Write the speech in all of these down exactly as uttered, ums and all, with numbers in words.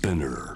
Spinner。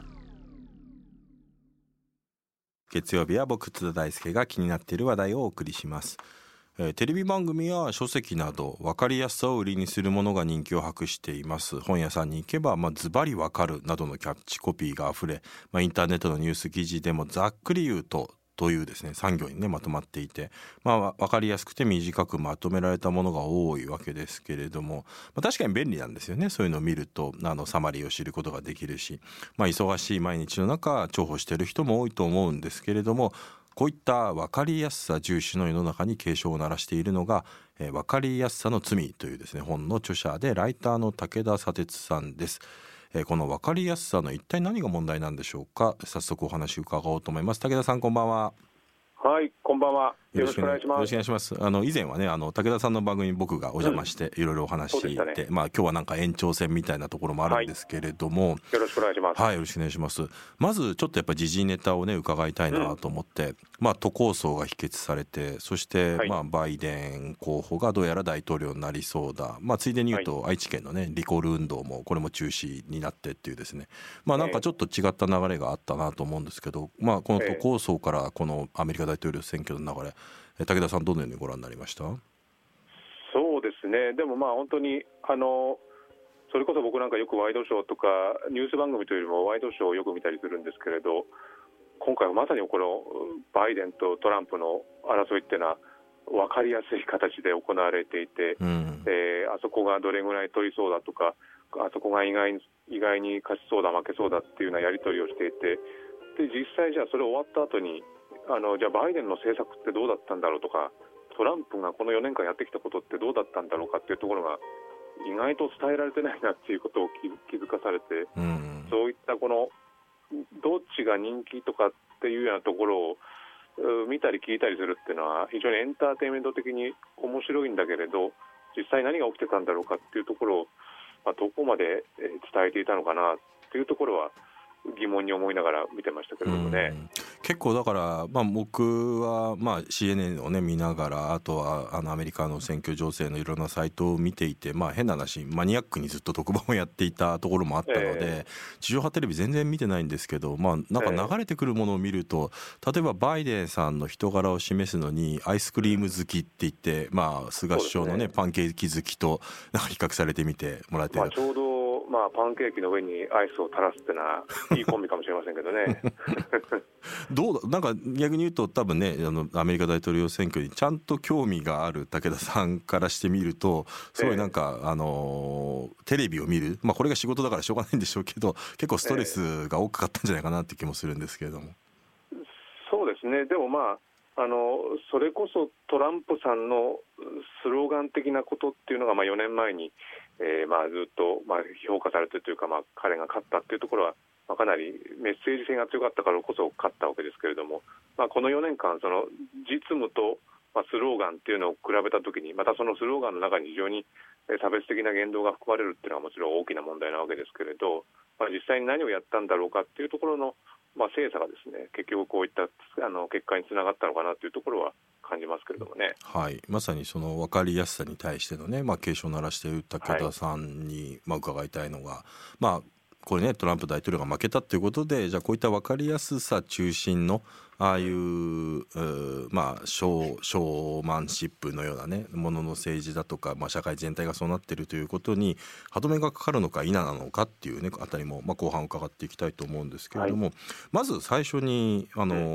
月曜日は僕津田大輔が気になっている話題をお送りします。えー、テレビ番組や書籍など分かりやすさを売りにするものが人気を博しています。本屋さんに行けば、まあ、ズバリ分かるなどのキャッチコピーがあふれ、まあ、インターネットのニュース記事でもざっくり言うとというですね産業にねまとまっていて、まあ、分かりやすくて短くまとめられたものが多いわけですけれども、まあ、確かに便利なんですよね。そういうのを見るとあのサマリーを知ることができるし、まあ、忙しい毎日の中重宝している人も多いと思うんですけれども、こういった分かりやすさ重視の世の中に警鐘を鳴らしているのが、えー、分かりやすさの罪というですね本の著者でライターの武田砂鉄さんです。えー、この分かりやすさの一体何が問題なんでしょうか。早速お話を伺おうと思います。武田さん、こんばんは。 はい、こんばんは。よろしくお願いします。 よろしくお願いします。あの以前はねあの武田さんの番組に僕がお邪魔していろいろお話しして、うんね、まあ今日はなんか延長戦みたいなところもあるんですけれども、はい、 よろしくお願いします。 はい、よろしくお願いします。まずちょっとやっぱ時事ネタをね伺いたいなと思って、うん、まあ都構想が否決されて、そして、はい、まあバイデン候補がどうやら大統領になりそうだ。まあついでに言うと、はい、愛知県のねリコール運動もこれも中止になってっていうですね、まあなんかちょっと違った流れがあったなと思うんですけど、まあこの都構想からこのアメリカ大統領選挙の流れ、武田さんどのようにご覧になりました？ そうですね、でもまあ本当にあのそれこそ僕なんかよくワイドショーとかニュース番組というよりもワイドショーをよく見たりするんですけれど、今回はまさにこのバイデンとトランプの争いっていうのは分かりやすい形で行われていて、うん、えー、あそこがどれぐらい取りそうだとか、あそこが意外に、意外に勝ちそうだ負けそうだっていうようなやり取りをしていて、で実際じゃあそれ終わった後にあのじゃあバイデンの政策ってどうだったんだろうとか、トランプがこのよねんかんやってきたことってどうだったんだろうかっていうところが意外と伝えられてないなっていうことを気づかされて、うん、そういったこのどっちが人気とかっていうようなところを見たり聞いたりするっていうのは非常にエンターテインメント的に面白いんだけれど、実際何が起きてたんだろうかっていうところを、まあ、どこまで伝えていたのかなっていうところは疑問に思いながら見てましたけれどもね。 うん、結構だから、まあ、僕はまあ シーエヌエヌ をね見ながら、あとはあのアメリカの選挙情勢のいろんなサイトを見ていて、まあ変な話マニアックにずっと特番をやっていたところもあったので、えー、地上波テレビ全然見てないんですけど、まあなんか流れてくるものを見ると、えー、例えばバイデンさんの人柄を示すのにアイスクリーム好きって言って、まあ菅首相の ね, ねパンケーキ好きとなんか比較されてみてもらえてる、まあ、 ちょうどまあ、パンケーキの上にアイスを垂らすってのはいいコンビかもしれませんけどねどうだ、なんか逆に言うと多分ねあのアメリカ大統領選挙にちゃんと興味がある武田さんからしてみると、すごいなんか、えー、あのテレビを見る、まあこれが仕事だからしょうがないんでしょうけど、結構ストレスが多かったんじゃないかなって気もするんですけれども。 えー、そうですね。でもまああのそれこそトランプさんのスローガン的なことっていうのがまあよねんまえに、えー、まあずっとまあ評価されてというか、まあ彼が勝ったっていうところはまあかなりメッセージ性が強かったからこそ勝ったわけですけれども、まあ、このよねんかんその実務とまあスローガンっていうのを比べたときに、またそのスローガンの中に非常に差別的な言動が含まれるっていうのはもちろん大きな問題なわけですけれど、まあ、実際に何をやったんだろうかっていうところのまあ、精査がですね結局こういったあの結果につながったのかなというところは感じますけれどもね。 はい、まさにその分かりやすさに対してのね、まあ、警鐘を鳴らしている武田さんに、まあ、伺いたいのが、まあこれねトランプ大統領が負けたということで、じゃあこういった分かりやすさ中心のああいう、うまあショー、ショーマンシップのようなねものの政治だとか、まあ、社会全体がそうなっているということに歯止めがかかるのか否なのかっていうねあたりも、まあ、後半伺っていきたいと思うんですけれども、はい、まず最初にあの、うん、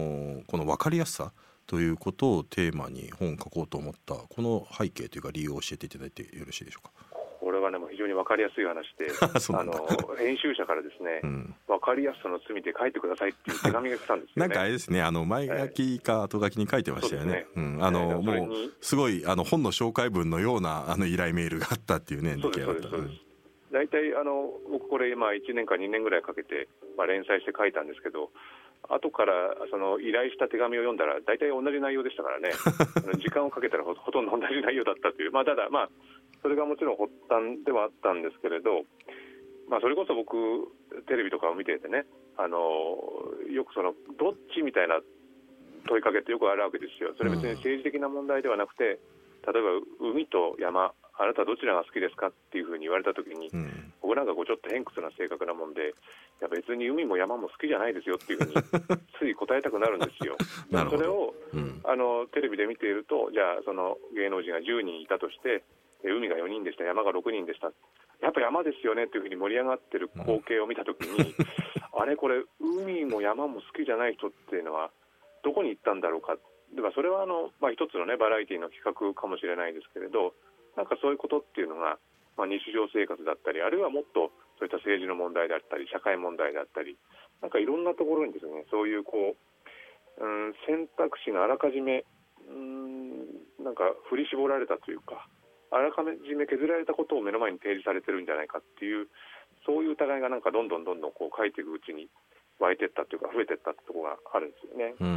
この分かりやすさということをテーマに本を書こうと思ったこの背景というか理由を教えていただいてよろしいでしょうか。 これはねもう非常に分かりやすい話であの編集者からですね、うん、分かりやすさの罪で書いてくださいっていう手紙が来たんですよね。 なんかあれですね、あの前書きか後書きに書いてましたよね。あのもうすごいあの本の紹介文のようなあの依頼メールがあったっていうね。 そうですそうですそうです。大体あの僕これ今いちねんかにねんぐらいかけて、まあ、連載して書いたんですけど、後からその依頼した手紙を読んだら大体同じ内容でしたからね時間をかけたら ほ, ほとんど同じ内容だったという、まあ、ただまあそれがもちろん発端ではあったんですけれど、まあ、それこそ僕テレビとかを見ていてね、あのよくそのどっちみたいな問いかけってよくあるわけですよ。それ別に政治的な問題ではなくて、例えば海と山、 あなたどちらが好きですかっていうふうに言われたときに、 うん、 僕なんかこうちょっと偏屈な性格なもんで、いや別に海も山も好きじゃないですよっていうふうについ答えたくなるんですよ。でもそれを、うん、あのテレビで見ていると、じゃあその芸能人がじゅうにんいたとして、海がよにんでした、山がろくにんでした、やっぱ山ですよねっていうふうに盛り上がってる光景を見たときに、うん、あれこれ海も山も好きじゃない人っていうのはどこに行ったんだろうか。でそれはあの、まあ、一つの、ね、バラエティの企画かもしれないですけれど、なんかそういうことっていうのが、まあ、日常生活だったり、あるいはもっとそういった政治の問題だったり社会問題だったり、なんかいろんなところにですね、そういうこう、うん、選択肢があらかじめうーんなんか振り絞られたというか、あらかじめ削られたことを目の前に提示されてるんじゃないかっていう、そういう疑いがなんかどんどんどんどんこう書いていくうちに湧いていったというか、増えていったってところがあるんですよね。 うん、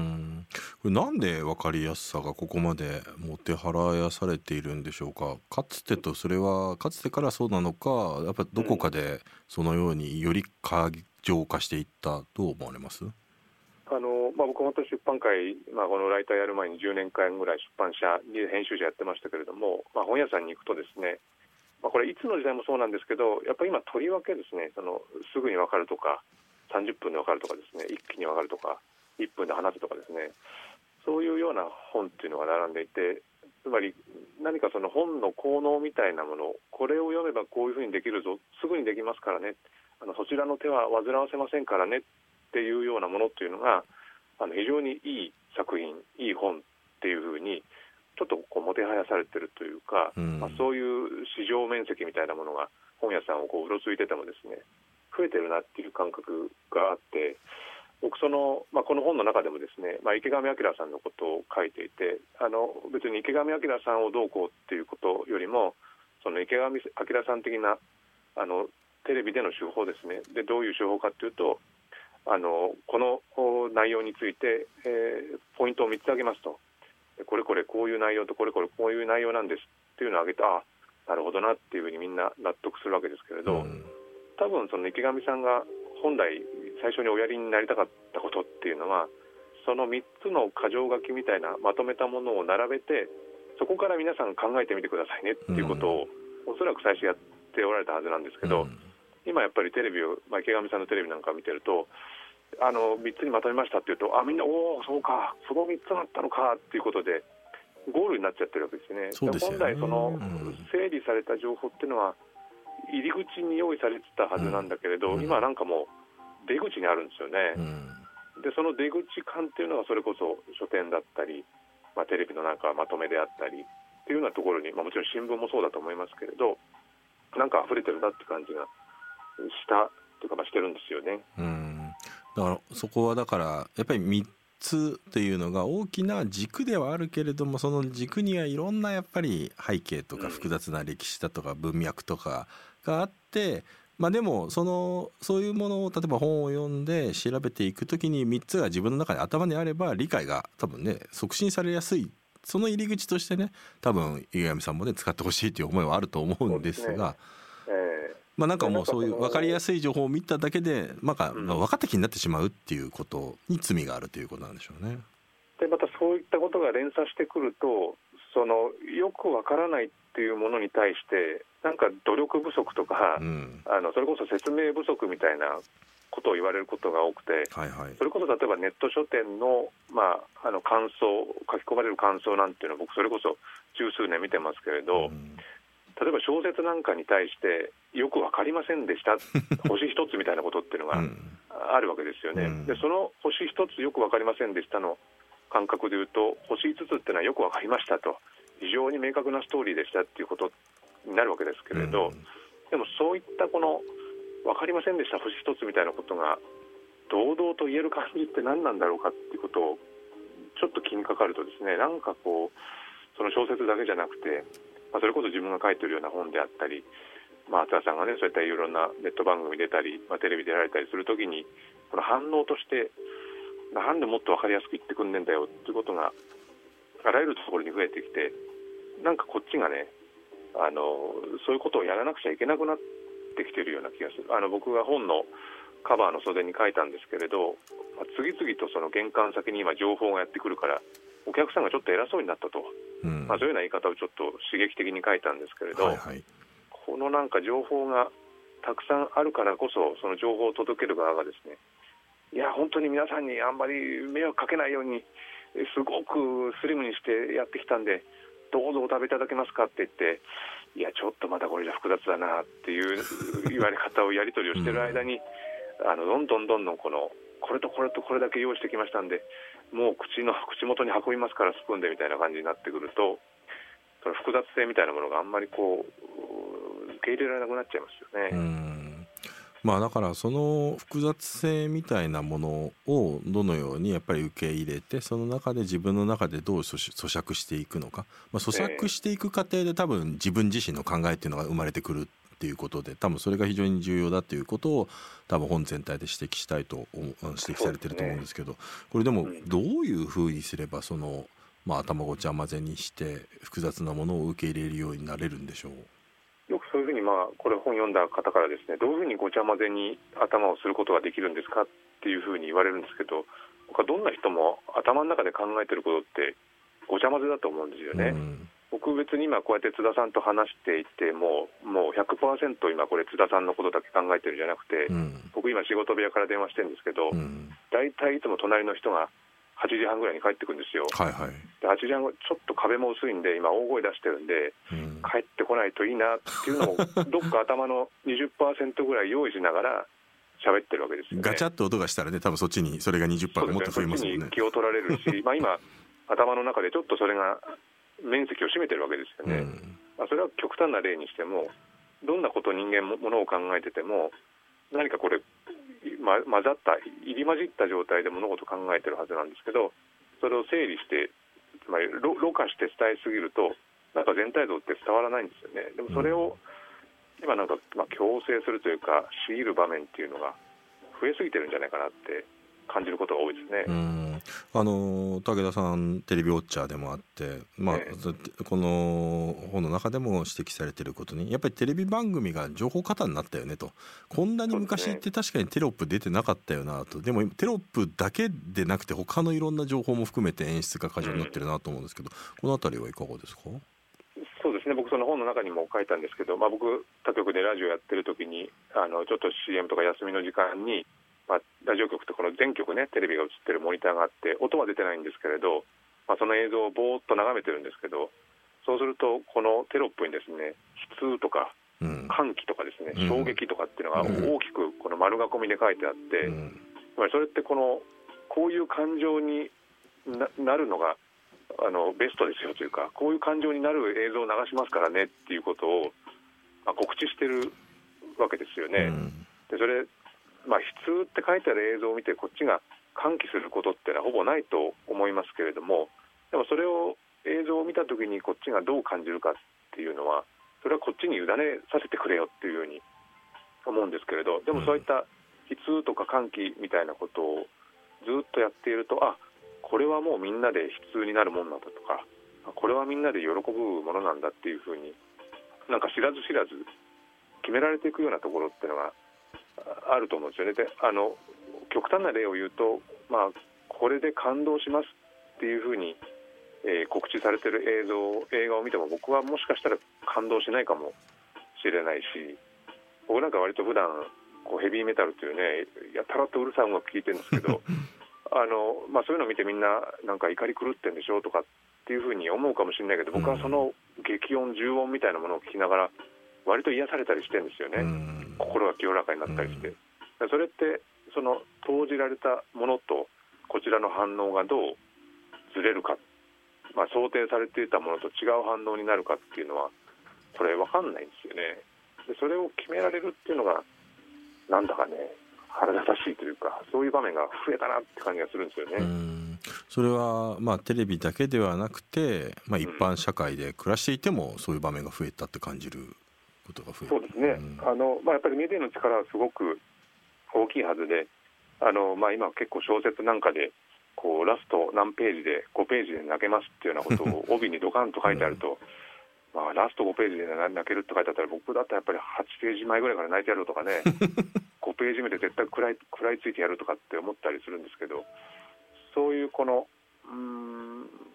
これなんで分かりやすさがここまでもてはらやされているんでしょうか。かつてとそれはかつてからそうなのか、やっぱどこかでそのようにより過剰化していったと思われます？ あのまあ、僕も出版会、まあ、このライターやる前にじゅうねんかんぐらい出版社に編集者やってましたけれども、まあ、本屋さんに行くとですね、まあ、これいつの時代もそうなんですけど、やっぱり今とりわけですね、そのすぐに分かるとかさんじゅっぷんで分かるとかですね、一気に分かるとかいっぷんで話すとかですね、そういうような本っていうのが並んでいて、つまり何かその本の効能みたいなもの、これを読めばこういうふうにできるぞ、すぐにできますからね、あのそちらの手は煩わせませんからねっていうようなものっていうのが、あの非常にいい作品、いい本っていうふうにちょっとこうもてはやされてるというか、うん、まあ、そういう市場面積みたいなものが本屋さんをこううろついててもですね、増えてるなっていう感覚があって、僕その、まあ、この本の中でもですね、まあ、池上彰さんのことを書いていて、あの別に池上彰さんをどうこうっていうことよりも、その池上彰さん的なあのテレビでの手法ですね。でどういう手法かというと、あのこの内容について、えー、ポイントをみっつ挙げますと、これこれこういう内容とこれこれこういう内容なんですっていうのを挙げて、あ、なるほどなっていうふうにみんな納得するわけですけれど、うん、多分その池上さんが本来最初におやりになりたかったことっていうのは、そのみっつの箇条書きみたいなまとめたものを並べて、そこから皆さん考えてみてくださいねっていうことを、うん、おそらく最初やっておられたはずなんですけど、うん、今やっぱりテレビを、まあ、池上さんのテレビなんか見てると、あのみっつにまとめましたっていうと、あ、みんなおおそうか、そのみっつだったのかっていうことでゴールになっちゃってるわけですね。 そうですよね。 本来その整理された情報っていうのは入り口に用意されてたはずなんだけれど、うん、今なんかもう出口にあるんですよね、うん、でその出口感っていうのがそれこそ書店だったり、まあ、テレビのなんかまとめであったりっていうようなところに、まあ、もちろん新聞もそうだと思いますけれど、なんか溢れてるなって感じがしたというか、まあ、してるんですよね。 うん、だからそこはだからやっぱりみっつっていうのが大きな軸ではあるけれども、その軸にはいろんなやっぱり背景とか複雑な歴史だとか文脈とかがあって、まあでもそのそういうものを例えば本を読んで調べていくときにみっつが自分の中に頭にあれば理解が多分ね促進されやすい、その入り口としてね、多分池上さんもね使ってほしいという思いはあると思うんですが、まあなんかもうそういう分かりやすい情報を見ただけで、まあ分かった気になってしまうっていうことに罪があるということなんでしょうね。 でまたそういったことが連鎖してくると、そのよく分からないっていうものに対してなんか努力不足とか、うん、あのそれこそ説明不足みたいなことを言われることが多くて、はいはい、それこそ例えばネット書店の、まあ、あの感想、書き込まれる感想なんていうのは僕それこそ十数年見てますけれど、うん、例えば小説なんかに対してよく分かりませんでした星一つみたいなことっていうのがあるわけですよね、うん、でその星一つよく分かりませんでしたの感覚でいうと、星いつつっていうのはよく分かりましたと、非常に明確なストーリーでしたっていうことになるわけですけれど、うん、でもそういったこの分かりませんでした星一つみたいなことが堂々と言える感じって何なんだろうかっていうことをちょっと気にかかるとですね、なんかこうその小説だけじゃなくて、まあ、それこそ自分が書いてるような本であったり、まあ、厚田さんがねそういったいろんなネット番組出たり、まあ、テレビ出られたりするときにこの反応としてなんでもっと分かりやすく言ってくんねんだよっていうことがあらゆるところに増えてきて、なんかこっちがねあのそういうことをやらなくちゃいけなくなってきてるような気がする。あの僕が本のカバーの袖に書いたんですけれど、まあ、次々とその玄関先に今情報がやってくるからお客さんがちょっと偉そうになったと、 うんまあ、そういうような言い方をちょっと刺激的に書いたんですけれど、 はいはい、 このなんか情報がたくさんあるからこそ、その情報を届ける側がですね、いや本当に皆さんにあんまり迷惑かけないようにすごくスリムにしてやってきたんで、どうぞお食べいただけますかって言って、いやちょっとまだこれじゃ複雑だなっていう言われ方をやり取りをしてる間に、うん、あのどんどんどんどんこのこれとこれとこれだけ用意してきましたんで、もう口の口元に運びますからスプーンでみたいな感じになってくると、その複雑性みたいなものがあんまりこう受け入れられなくなっちゃいますよね。 うん、まあ、だからその複雑性みたいなものをどのようにやっぱり受け入れて、その中で自分の中でどう咀嚼していくのか、まあ、咀嚼していく過程で多分自分自身の考えっていうのが生まれてくるっていうことで、多分それが非常に重要だということを多分本全体で指摘したいと指摘されてると思うんですけど、これでもどういうふうにすればその、まあ、頭ごちゃ混ぜにして複雑なものを受け入れるようになれるんでしょう。 よくそういうふうに、まあ、これ本読んだ方からですね、どういうふうにごちゃ混ぜに頭をすることができるんですかっていうふうに言われるんですけど、僕はどんな人も頭の中で考えてることってごちゃ混ぜだと思うんですよね。うん、僕別に今こうやって津田さんと話していても、もう ひゃくパーセント 今これ津田さんのことだけ考えてるんじゃなくて、うん、僕今仕事部屋から電話してるんですけど、うん、大体いつも隣の人がはちじはんぐらいに帰ってくるんですよ。はいはい、ではちじはんごちょっと壁も薄いんで今大声出してるんで、うん、帰ってこないといいなっていうのをどっか頭の にじゅっパーセント ぐらい用意しながら喋ってるわけですよね。ガチャッと音がしたらね、多分そっちにそれが にじゅっパーセント もっと増えますもんね。そっちに気を取られるしまあ今頭の中でちょっとそれが面積を占めてるわけですよね。うん、まあ、それは極端な例にしても、どんなこと人間もものを考えてても何かこれま、混ざった入り混じった状態で物事を考えてるはずなんですけど、それを整理して、つまりろ過して伝えすぎるとなんか全体像って伝わらないんですよね。でもそれを今なんか、まあ、強制するというか強いる場面っていうのが増えすぎてるんじゃないかなって感じることが多いですね。うん、 あの武田さんテレビウォッチャーでもあって、まあね、この本の中でも指摘されていることに、やっぱりテレビ番組が情報過多になったよねと。こんなに昔って確かにテロップ出てなかったよなと。でもテロップだけでなくて他のいろんな情報も含めて演出が過剰になってるなと思うんですけど、うん、このあたりはいかがですか？ そうですね、僕その本の中にも書いたんですけど、まあ、僕他局でラジオやってる時にあのちょっと シーエム とか休みの時間に、まあ、ラジオ局とこの全局ねテレビが映ってるモニターがあって音は出てないんですけれど、まあ、その映像をぼーっと眺めてるんですけど、そうするとこのテロップにですね悲痛とか歓喜とかですね、うん、衝撃とかっていうのが大きくこの丸囲みで書いてあって、うん、つまりそれってこのこういう感情に な, なるのがあのベストですよというか、こういう感情になる映像を流しますからねっていうことを、まあ、告知してるわけですよね。うん、でそれ、まあ、悲痛って書いてある映像を見てこっちが歓喜することってのはほぼないと思いますけれども、でもそれを映像を見た時にこっちがどう感じるかっていうのは、それはこっちに委ねさせてくれよっていうふうに思うんですけれど、でもそういった悲痛とか歓喜みたいなことをずっとやっていると、あ、これはもうみんなで悲痛になるもんなんだとか、これはみんなで喜ぶものなんだっていうふうになんか知らず知らず決められていくようなところっていうのがあると思うんですよね。で、あの極端な例を言うと、まあ、これで感動しますっていうふうに、えー、告知されている映像映画を見ても僕はもしかしたら感動しないかもしれないし、僕なんか割と普段こうヘビーメタルっていうねやたらとうるさい音楽聴いてるんですけどあの、まあ、そういうのを見てみんななんか怒り狂ってんでしょとかっていうふうに思うかもしれないけど、僕はその激音重音みたいなものを聞きながら割と癒されたりしてるんですよね。心が清らかになったりして、それってその投じられたものとこちらの反応がどうずれるか、まあ、想定されていたものと違う反応になるかっていうのはこれ分かんないんですよね。でそれを決められるっていうのがなんだかね腹立たしいというか、そういう場面が増えたなって感じがするんですよね。 うん、それはまあテレビだけではなくて、まあ、一般社会で暮らしていてもそういう場面が増えたって感じることが増える。 そうですね、うん、あのまあ、やっぱりメディアの力はすごく大きいはずで、あの、まあ、今結構小説なんかでこうラスト何ページでごページで泣けますっていうようなことを帯にドカンと書いてあると、うん、まあ、ラストごページで泣けるって書いてあったら僕だったらやっぱりはちページまえぐらいから泣いてやるとかねごページ目で絶対食らい、食らいついてやるとかって思ったりするんですけど、そういうこのうーん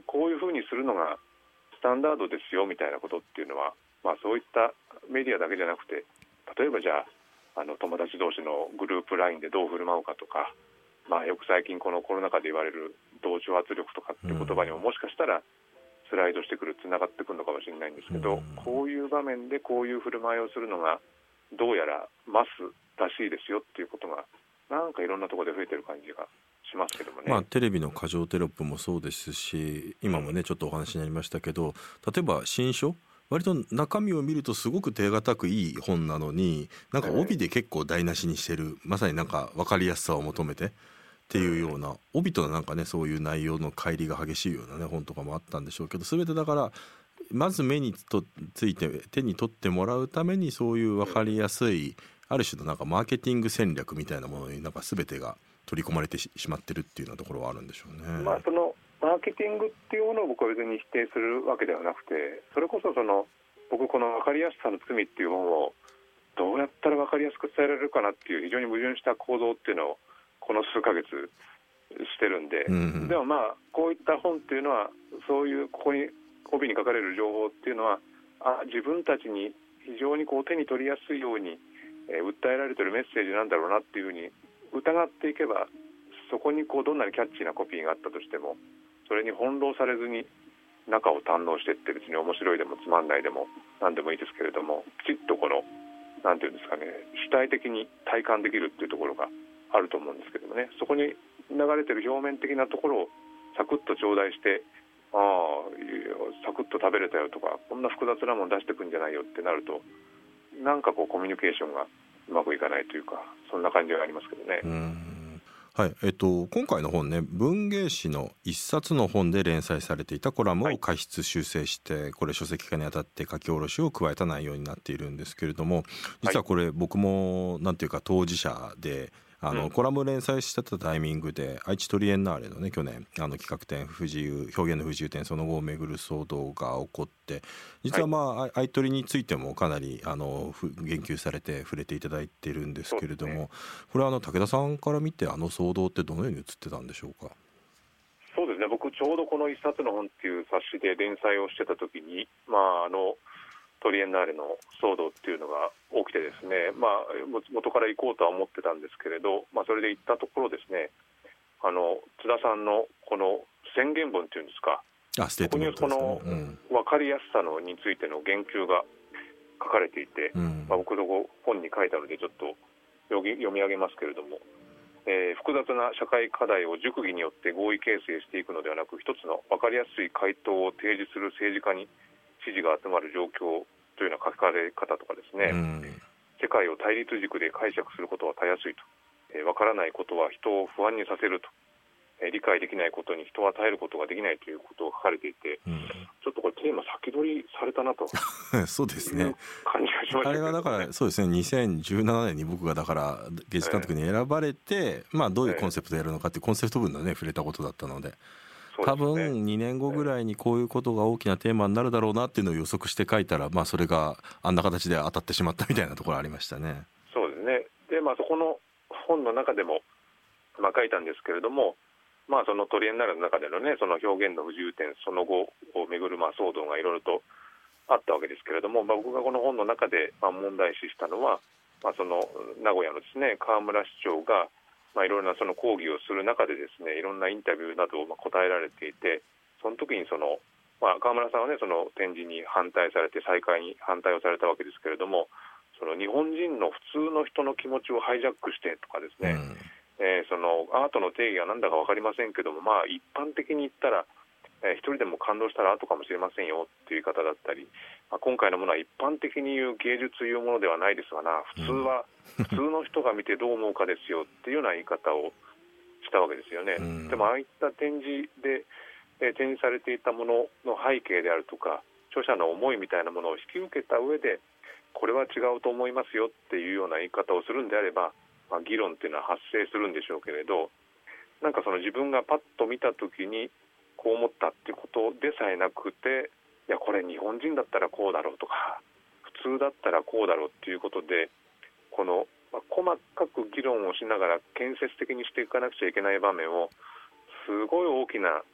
こういうふうにするのがスタンダードですよみたいなことっていうのは、まあ、そういったメディアだけじゃなくて、例えばじゃあ、あの友達同士のグループ ライン でどう振る舞うかとか、まあ、よく最近このコロナ禍で言われる同調圧力とかっていう言葉にももしかしたらスライドしてくる、つながってくるのかもしれないんですけど、うん、こういう場面でこういう振る舞いをするのがどうやらマスらしいですよっていうことがなんかいろんなところで増えてる感じがしますけどもね。 まあ、テレビの過剰テロップもそうですし、今もねちょっとお話になりましたけど、例えば新書、割と中身を見るとすごく手堅くいい本なのに、なんか帯で結構台無しにしてる、まさになんか分かりやすさを求めてっていうような、帯となんかねそういう内容の乖離が激しいようなね本とかもあったんでしょうけど、全てだからまず目にとついて手に取ってもらうために、そういう分かりやすいある種のなんかマーケティング戦略みたいなものになんか全てが取り込まれて し, しまってるっていうようなところはあるんでしょうね。 まあ、そのマーケティングっていうものを僕は別に否定するわけではなくて、それこそその僕この分かりやすさの罪っていう本をどうやったら分かりやすく伝えられるかなっていう非常に矛盾した行動っていうのをこの数ヶ月してるんで、うんうん、でもまあこういった本っていうのはそういうここに帯に書かれる情報っていうのは、あ自分たちに非常にこう手に取りやすいように、えー、訴えられてるメッセージなんだろうなっていうふうに疑っていけば、そこにこうどんなにキャッチーなコピーがあったとしてもそれに翻弄されずに中を堪能していって、別に面白いでもつまんないでも何でもいいですけれども、きちっとこのなんていうんですかね、主体的に体感できるっていうところがあると思うんですけどもね、そこに流れてる表面的なところをサクッと頂戴して、ああサクッと食べれたよとか、こんな複雑なもの出してくんじゃないよってなると、なんかこうコミュニケーションがうまくいかないというか、そんな感じがありますけどね。 うーん、はいえっと、今回の本ね、文芸誌の一冊の本で連載されていたコラムを改筆修正して、はい、これ書籍化にあたって書き下ろしを加えた内容になっているんですけれども、実はこれ僕もなんていうか当事者で、あの、うん、コラム連載してたタイミングで愛知トリエンナーレのね去年あの企画展不自由表現の不自由展その後をめぐる騒動が起こって、実はまあ、はい、愛トリについてもかなりあの言及されて触れていただいてるんですけれども、ね、これはあの武田さんから見てあの騒動ってどのように映ってたんでしょうか。 そうですね、僕ちょうどこの一冊の本っていう冊子で連載をしてた時に、まああのトリエンナーレの騒動っていうのが起きてですね、まあ、元から行こうとは思ってたんですけれど、まあ、それで行ったところですね、あの津田さんのこの宣言文っていうんですか、 あステートメントですね、 ここにこの分かりやすさのについての言及が書かれていて、うんまあ、僕の本に書いたのでちょっと読み上げますけれども、えー、複雑な社会課題を熟議によって合意形成していくのではなく、一つの分かりやすい回答を提示する政治家に支持が集まる状況というような書かれ方とかですね、うん、世界を対立軸で解釈することはたやすいと、えー、分からないことは人を不安にさせると、えー、理解できないことに人は耐えることができないということが書かれていて、うん、ちょっとこれテーマ先取りされたなとそうですね、 感じがしましたけどね。 あれはだからそうですね、にせんじゅうななねんに僕がだから芸術監督に選ばれて、えーまあ、どういうコンセプトでやるのかっていうコンセプト分のね触れたことだったので、多分にねんごぐらいにこういうことが大きなテーマになるだろうなっていうのを予測して書いたら、まあ、それがあんな形で当たってしまったみたいなところありましたね。 そうですね。で、まあ、そこの本の中でも、まあ、書いたんですけれども、まあ、そのトリエンナーレの中でのね、その表現の不自由展その後をめぐるまあ騒動がいろいろとあったわけですけれども、まあ、僕がこの本の中でまあ問題視したのは、まあ、その名古屋のですね河村市長がまあ、いろいろなその講義をする中でですね、いろんなインタビューなどをまあ答えられていて、その時にその、まあ、河村さんはねその展示に反対されて再開に反対をされたわけですけれども、その日本人の普通の人の気持ちをハイジャックしてとかですね、うんえー、そのアートの定義は何だか分かりませんけども、まあ、一般的に言ったら、えー、一人でも感動したらアートかもしれませんよっていう言い方だったり、まあ、今回のものは一般的に言う芸術というものではないですがな、普通は普通の人が見てどう思うかですよっていうような言い方をしたわけですよね。でもああいった展示で、えー、展示されていたものの背景であるとか著者の思いみたいなものを引き受けた上で、これは違うと思いますよっていうような言い方をするんであれば、まあ、議論っていうのは発生するんでしょうけれど、なんかその自分がパッと見た時にこう思ったっていうことでさえなくて、いやこれ日本人だったらこうだろうとか普通だったらこうだろうっていうことで、この、まあ、細かく議論をしながら建設的にしていかなくちゃいけない場面をすごい大きな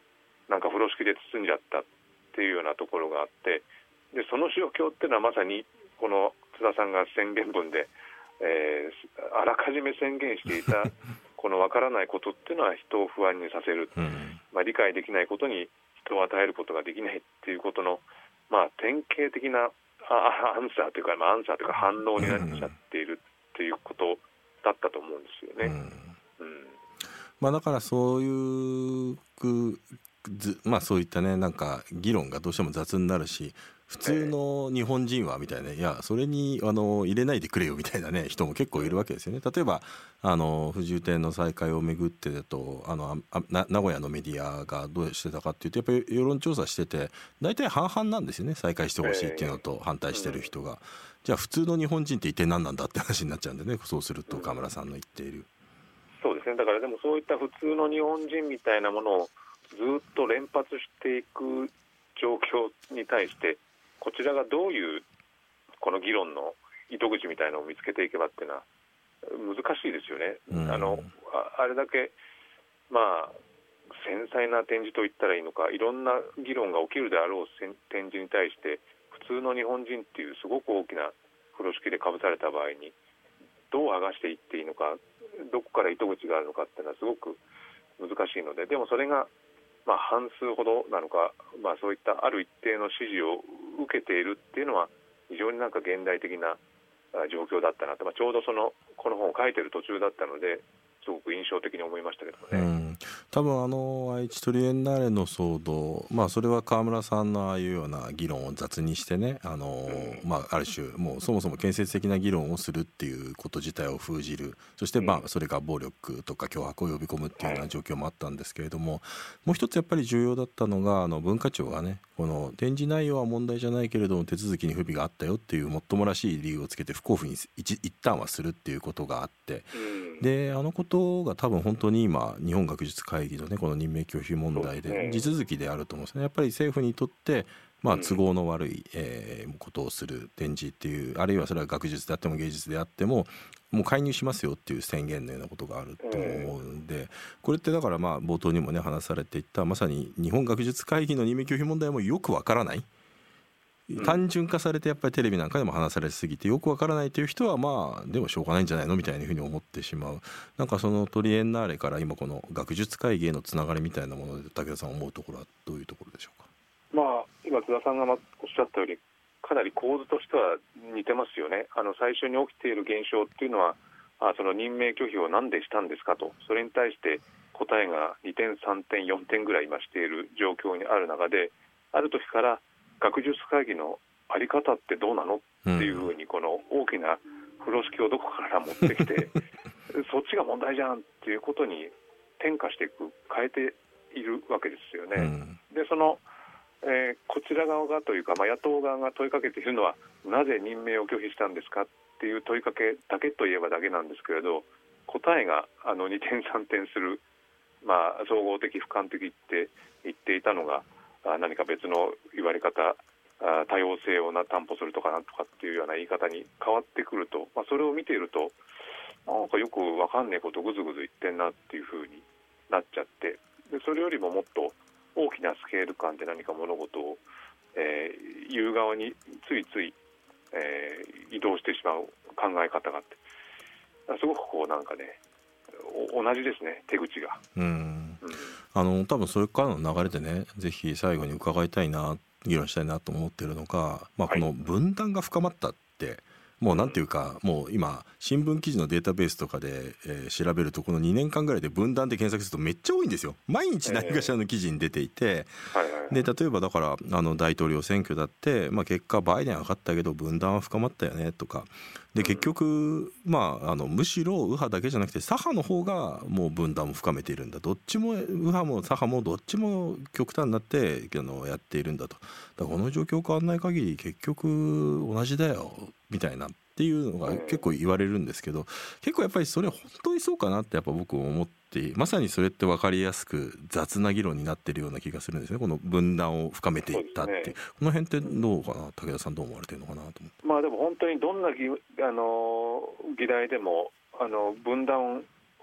なんか風呂敷で包んじゃったっていうようなところがあって、でその状況っていうのはまさにこの津田さんが宣言文で、えー、あらかじめ宣言していたこの分からないことっていうのは人を不安にさせる、うん、まあ、理解できないことに人を与えることができないっていうことの、まあ、典型的なアンサーというか、まあ、アンサーというか反応になっちゃっているっていうことだったと思うんですよね。うんうん、 まあ、だからそういうまあ、そういったねなんか議論がどうしても雑になるし、普通の日本人はみたいな、いやそれにあの入れないでくれよみたいなね人も結構いるわけですよね。例えばあの不自由展の再開をめぐってだとあのあな名古屋のメディアがどうしてたかっていうと、やっぱり世論調査してて大体半々なんですよね。再開してほしいっていうのと反対してる人が、じゃあ普通の日本人って一体何なんだって話になっちゃうんでね。そうすると河村さんの言っている、 そうですね。だからでもそういった普通の日本人みたいなものをずっと連発していく状況に対してこちらがどういうこの議論の糸口みたいなのを見つけていけばっていうのは難しいですよね。うん、あの あ, あれだけ、まあ、繊細な展示といったらいいのか、いろんな議論が起きるであろう展示に対して普通の日本人っていうすごく大きな風呂敷でかぶされた場合にどう剥がしていっていいのか、どこから糸口があるのかっていうのはすごく難しいので、でもそれがまあ半数ほどなのか、まあ、そういったある一定の支持を受けているっていうのは非常になんか現代的な状況だったなと、まあ、ちょうどそのこの本を書いている途中だったのですごく印象的に思いましたけどもね。うん、 多分あの愛知トリエンナーレの騒動、まあ、それは河村さんのああいうような議論を雑にしてね、あの、うん、まあ、ある種もうそもそも建設的な議論をするっていうこと自体を封じる、そしてまあそれが暴力とか脅迫を呼び込むっていうような状況もあったんですけれども、もう一つやっぱり重要だったのがあの文化庁がね、この展示内容は問題じゃないけれども手続きに不備があったよっていうもっともらしい理由をつけて不交付に一, 一旦はするっていうことがあって、であのことが多分本当に今日本学術会議のねこの任命拒否問題で地続きであると思うんですね。やっぱり政府にとってまあ都合の悪いえことをする展示っていう、あるいはそれは学術であっても芸術であってももう介入しますよっていう宣言のようなことがあると思うんで、これってだからまあ冒頭にもね話されていったまさに日本学術会議の任命拒否問題もよくわからない、単純化されてやっぱりテレビなんかでも話されすぎてよくわからないという人はまあでもしょうがないんじゃないのみたいなふうに思ってしまう。なんかそのトリエンナーレから今この学術会議へのつながりみたいなもので武田さん思うところはどういうところでしょうか。 まあ今津田さんがおっしゃったようにかなり構図としては似てますよね。あの最初に起きている現象っていうのはあその任命拒否を何でしたんですかと、それに対して答えがにてんさんてんよんてんぐらい今している状況にある中で、ある時から学術会議のあり方ってどうなのっていうふうにこの大きな風呂敷をどこから持ってきてそっちが問題じゃんっていうことに転化していく、変えているわけですよね。うん、でその、えー、こちら側がというか、まあ、野党側が問いかけているのはなぜ任命を拒否したんですかっていう問いかけだけといえばだけなんですけれど、答えがあのにてんさんてんする、まあ、総合的俯瞰的って言っていたのが何か別の言われ方、多様性をな担保するとかなんとかっていうような言い方に変わってくると、まあ、それを見ているとなんかよく分かんねえことぐずぐず言ってんなっていう風になっちゃって、でそれよりももっと大きなスケール感で何か物事を、えー、言う側についつい、えー、移動してしまう考え方があって、すごくこうなんかね同じですね、手口が。うん、うん、 あの多分それからの流れでね、ぜひ最後に伺いたいな、議論したいなと思っているのが、まあ、この分断が深まったって、はい、もうなんていうか、もう今新聞記事のデータベースとかで、えー、調べるとこのにねんかんぐらいで分断で検索するとめっちゃ多いんですよ。毎日何かしらの記事に出ていて、で例えばだからあの大統領選挙だって、まあ、結果バイデン上がったけど分断は深まったよねとかで、結局、まあ、あのむしろ右派だけじゃなくて左派の方がもう分断を深めているんだ、どっちも右派も左派もどっちも極端になってあのやっているんだと、だからこの状況変わらない限り結局同じだよみたいなっていうのが結構言われるんですけど、結構やっぱりそれ本当にそうかなってやっぱ僕も思って、まさにそれって分かりやすく雑な議論になっているような気がするんですね。この分断を深めていったっていう、ね、この辺ってどうかな、武田さんどう思われてるのかなと思って。 まあでも本当にどんな議、あの議題でもあの分断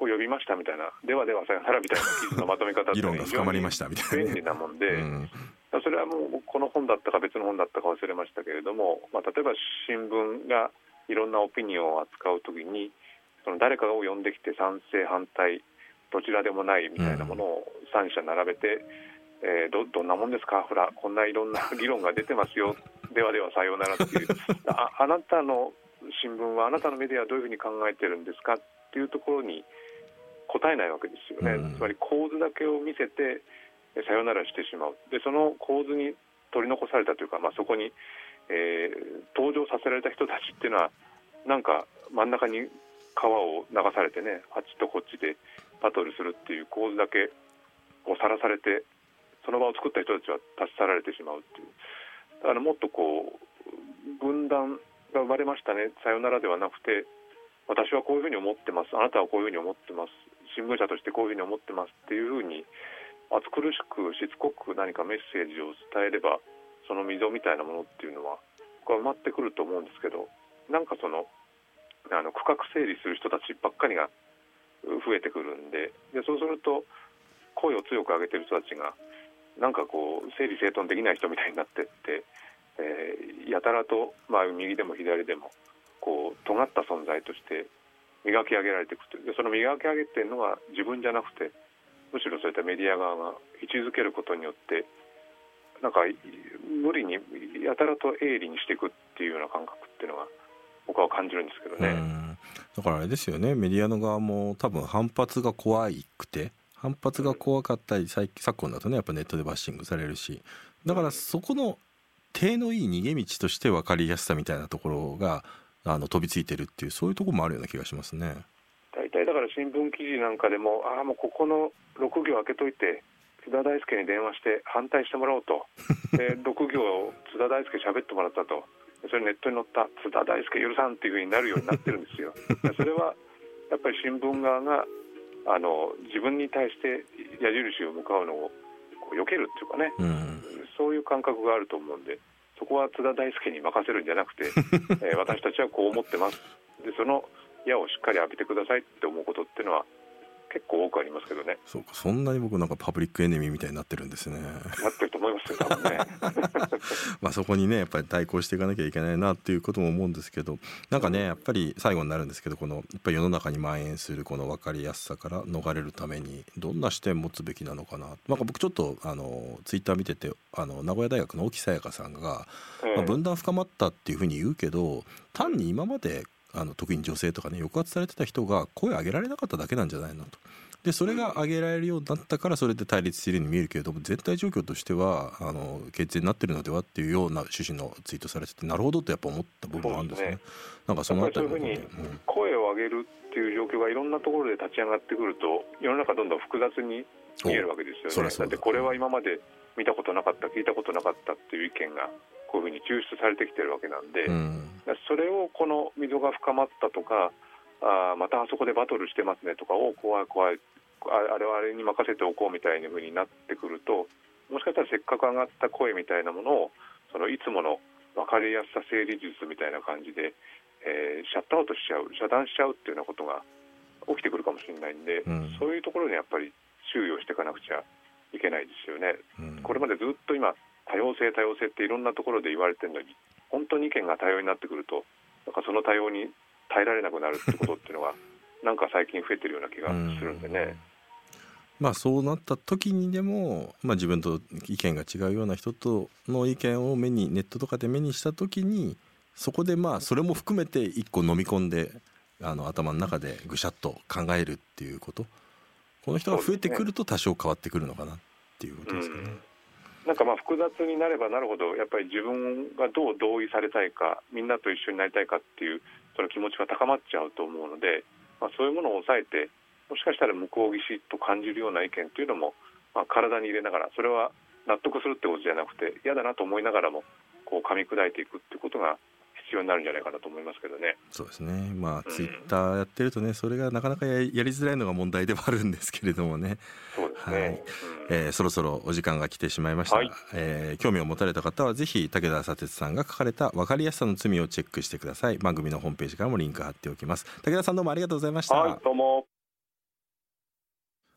を呼びましたみたいな、ではではさよならみたいな記事のまとめ方って議論が深まりましたみたいな、 便利なもんで、 うん、 それはもうこの本だったか別の本だったか忘れましたけれども、まあ、例えば新聞がいろんなオピニオンを扱うときに、その誰かを呼んできて賛成反対どちらでもないみたいなものをさん社並べて、うんえー、ど, どんなもんですか、ほらこんないろんな議論が出てますよではではさようならっていうあ, あなたの新聞はあなたのメディアはどういうふうに考えてるんですかっていうところに答えないわけですよね、うん、つまり構図だけを見せてさよならしてしまう。でその構図に取り残されたというか、まあ、そこに、えー、登場させられた人たちっていうのはなんか真ん中に川を流されてね、あっちとこっちでバトルするっていう構図だけこうさらされて、その場を作った人たちは立ち去られてしまうっていう。だからもっとこう分断が生まれましたね、さよならではなくて、私はこういうふうに思ってます、あなたはこういうふうに思ってます、新聞社としてこういうふうに思ってますっていうふうに暑苦しくしつこく何かメッセージを伝えれば、その溝みたいなものっていうのはこれ埋まってくると思うんですけど、なんかそのあの区画整理する人たちばっかりが増えてくるんで、でそうすると声を強く上げてる人たちがなんかこう整理整頓できない人みたいになってって、えー、やたらと、まあ、右でも左でもこう尖った存在として磨き上げられていくという。でその磨き上げているのは自分じゃなくて、むしろそういったメディア側が位置づけることによってなんか無理にやたらと鋭利にしていくっていうような感覚っていうのが僕は感じるんですけどね。 うんだからあれですよね、メディアの側も多分反発が怖くて、反発が怖かったり、最近昨今だとねやっぱネットでバッシングされるし、だからそこの手のいい逃げ道として分かりやすさみたいなところがあの飛びついてるっていう、そういうところもあるような気がしますね。 大体だから新聞記事なんかでも、ああもうここのろく行開けといて津田大介に電話して反対してもらおうとでろく行津田大介喋ってもらったと、それネットに載った津田大介許さんっていう風になるようになってるんですよそれはやっぱり新聞側があの自分に対して矢印を向かうのをこう避けるっていうかね、うん、そういう感覚があると思うんで、そこは津田大介に任せるんじゃなくて、えー、私たちはこう思ってます、でその矢をしっかり浴びてくださいって思うことっていうのは結構多くありますけどね。 そうか、そんなに僕なんかパブリックエネミーみたいになってるんですね。 なってると思いますよ多分ねまあそこにねやっぱり対抗していかなきゃいけないなっていうことも思うんですけど、なんかねやっぱり最後になるんですけど、このやっぱり世の中に蔓延するこの分かりやすさから逃れるためにどんな視点持つべきなのかな。なんか僕ちょっとあのツイッター見てて、あの名古屋大学の沖さやかさんが、まあ、分断深まったっていうふうに言うけど、単に今まであの特に女性とかね抑圧されてた人が声を上げられなかっただけなんじゃないのと。でそれが上げられるようになったからそれで対立しているように見えるけれども、全体状況としてはあの決定になっているのではっていうような趣旨のツイートされてて、なるほどとやっぱ思った部分があるんですね。なんかそのあたりのそういうふうに声を上げるっていう状況がいろんなところで立ち上がってくると、世の中どんどん複雑に見えるわけですよね。だってこれは今まで見たことなかった、聞いたことなかったっていう意見がこういうふうに抽出されてきてるわけなんで、うん、それをこの溝が深まったとか、あまたあそこでバトルしてますねとか、お怖い怖い、あれはあれに任せておこうみたいな風になってくると、もしかしたらせっかく上がった声みたいなものをそのいつもの分かりやすさ整理術みたいな感じで、えー、シャットアウトしちゃう、遮断しちゃうっていうようなことが起きてくるかもしれないんで、うん、そういうところにやっぱり注意をしていかなくちゃいけないですよね、うん、これまでずっと今多様性多様性っていろんなところで言われてるのに、本当に意見が多様になってくるとなんかその多様に耐えられなくなるってことっていうのがなんか最近増えてるような気がするんでね、うんまあ、そうなった時にでも、まあ、自分と意見が違うような人との意見を目にネットとかで目にした時に、そこでまあそれも含めて一個飲み込んであの頭の中でぐしゃっと考えるっていうこと、この人が増えてくると多少変わってくるのかなっていうことですかね。 うん、なんかまあ複雑になればなるほどやっぱり自分がどう同意されたいか、みんなと一緒になりたいかっていうその気持ちが高まっちゃうと思うので、まあ、そういうものを抑えて、もしかしたら向こう岸と感じるような意見というのも、まあ、体に入れながら、それは納得するってことじゃなくて嫌だなと思いながらもこう噛み砕いていくっていうことが必要になるんじゃないかなと思いますけどね。 そうですね、まあ、うん、ツイッターやってるとね、それがなかなか や, やりづらいのが問題ではあるんですけれどもね。 そうですね、はいうんえー、そろそろお時間が来てしまいました、はいえー、興味を持たれた方はぜひ武田砂鉄さんが書かれた分かりやすさの罪をチェックしてください。番組のホームページからもリンク貼っておきます。武田さんどうもありがとうございました。 はい、どうも。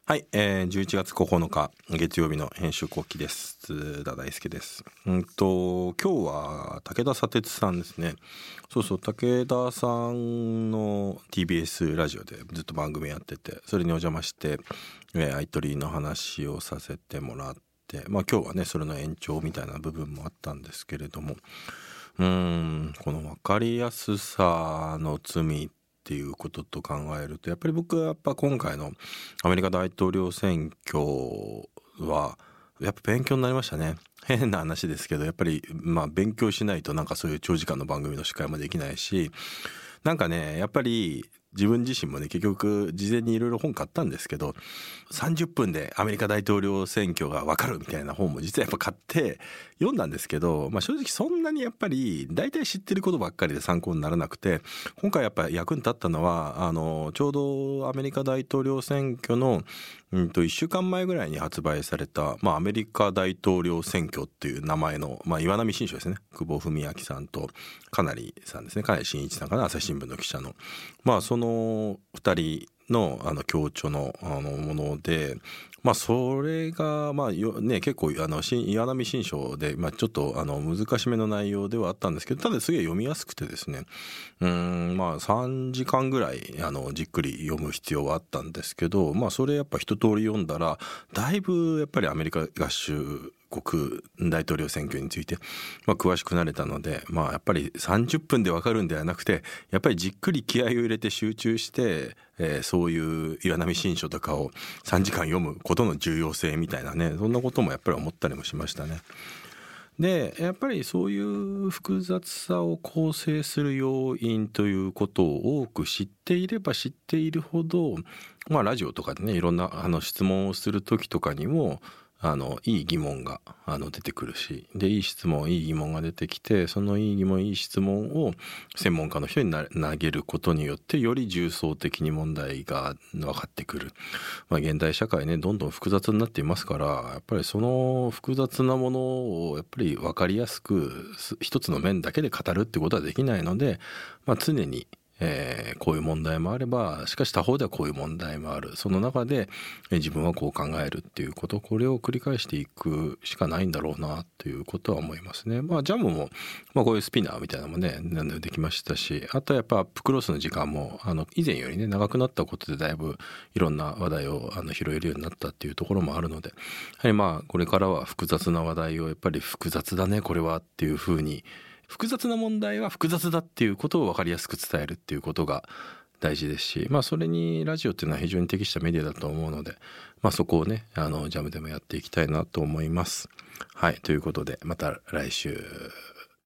はい、えー、じゅういちがつここのか月曜日の編集後期です。津田大輔です。うんと今日は武田砂鉄さんですね。そうそう、武田さんの ティービーエス ラジオでずっと番組やってて、それにお邪魔して、えー、アイトリーの話をさせてもらって、まあ今日はねそれの延長みたいな部分もあったんですけれども、うーんこの分かりやすさの罪っていうことと考えると、やっぱり僕はやっぱ今回のアメリカ大統領選挙はやっぱ勉強になりましたね。変な話ですけど、やっぱりまあ勉強しないとなんかそういう長時間の番組の司会もできないし、なんかねやっぱり自分自身もね結局事前にいろいろ本買ったんですけど、さんじゅっぷんでアメリカ大統領選挙が分かるみたいな本も実はやっぱ買って読んだんですけど、まあ、正直そんなにやっぱり大体知ってることばっかりで参考にならなくて、今回やっぱ役に立ったのはあのちょうどアメリカ大統領選挙のうんといっしゅうかんまえぐらいに発売された、まあ、アメリカ大統領選挙っていう名前の、まあ、岩波新書ですね。久保文明さんと金成さんですね、金成真一さんかな、朝日新聞の記者の、まあそのふたりのあの共著のあのもので、まあそれがまあよね結構あの岩波新書で、まあ、ちょっとあの難しめの内容ではあったんですけど、ただすげえ読みやすくてですね、うーんまあさんじかんぐらいあのじっくり読む必要はあったんですけど、まあそれやっぱ一通り読んだらだいぶやっぱりアメリカ合衆国大統領選挙について、まあ、詳しくなれたので、まあ、やっぱりさんじゅっぷんで分かるんではなくて、やっぱりじっくり気合を入れて集中して、えー、そういう岩波新書とかをさんじかん読むことの重要性みたいなね、そんなこともやっぱり思ったりもしましたね。でやっぱりそういう複雑さを構成する要因ということを多く知っていれば知っているほど、まあ、ラジオとかでねいろんなあの質問をする時とかにもあのいい疑問があの出てくるし、でいい質問いい疑問が出てきて、そのいい疑問いい質問を専門家の人に投げることによってより重層的に問題が分かってくる。まあ、現代社会ねどんどん複雑になっていますから、やっぱりその複雑なものをやっぱり分かりやすく一つの面だけで語るってことはできないので、まあ、常にえー、こういう問題もあれば、しかし他方ではこういう問題もある。その中で、えー、自分はこう考えるっていうこと、これを繰り返していくしかないんだろうなっていうことは思いますね。まあジャムも、まあ、こういうスピナーみたいなのもねできましたし、あとはやっぱアップクロスの時間もあの以前よりね長くなったことでだいぶいろんな話題をあの拾えるようになったっていうところもあるので、やはりまあこれからは複雑な話題をやっぱり複雑だねこれはっていうふうに、複雑な問題は複雑だっていうことを分かりやすく伝えるっていうことが大事ですし、まあそれにラジオっていうのは非常に適したメディアだと思うので、まあそこをねあのジャムでもやっていきたいなと思います。はい、ということでまた来週。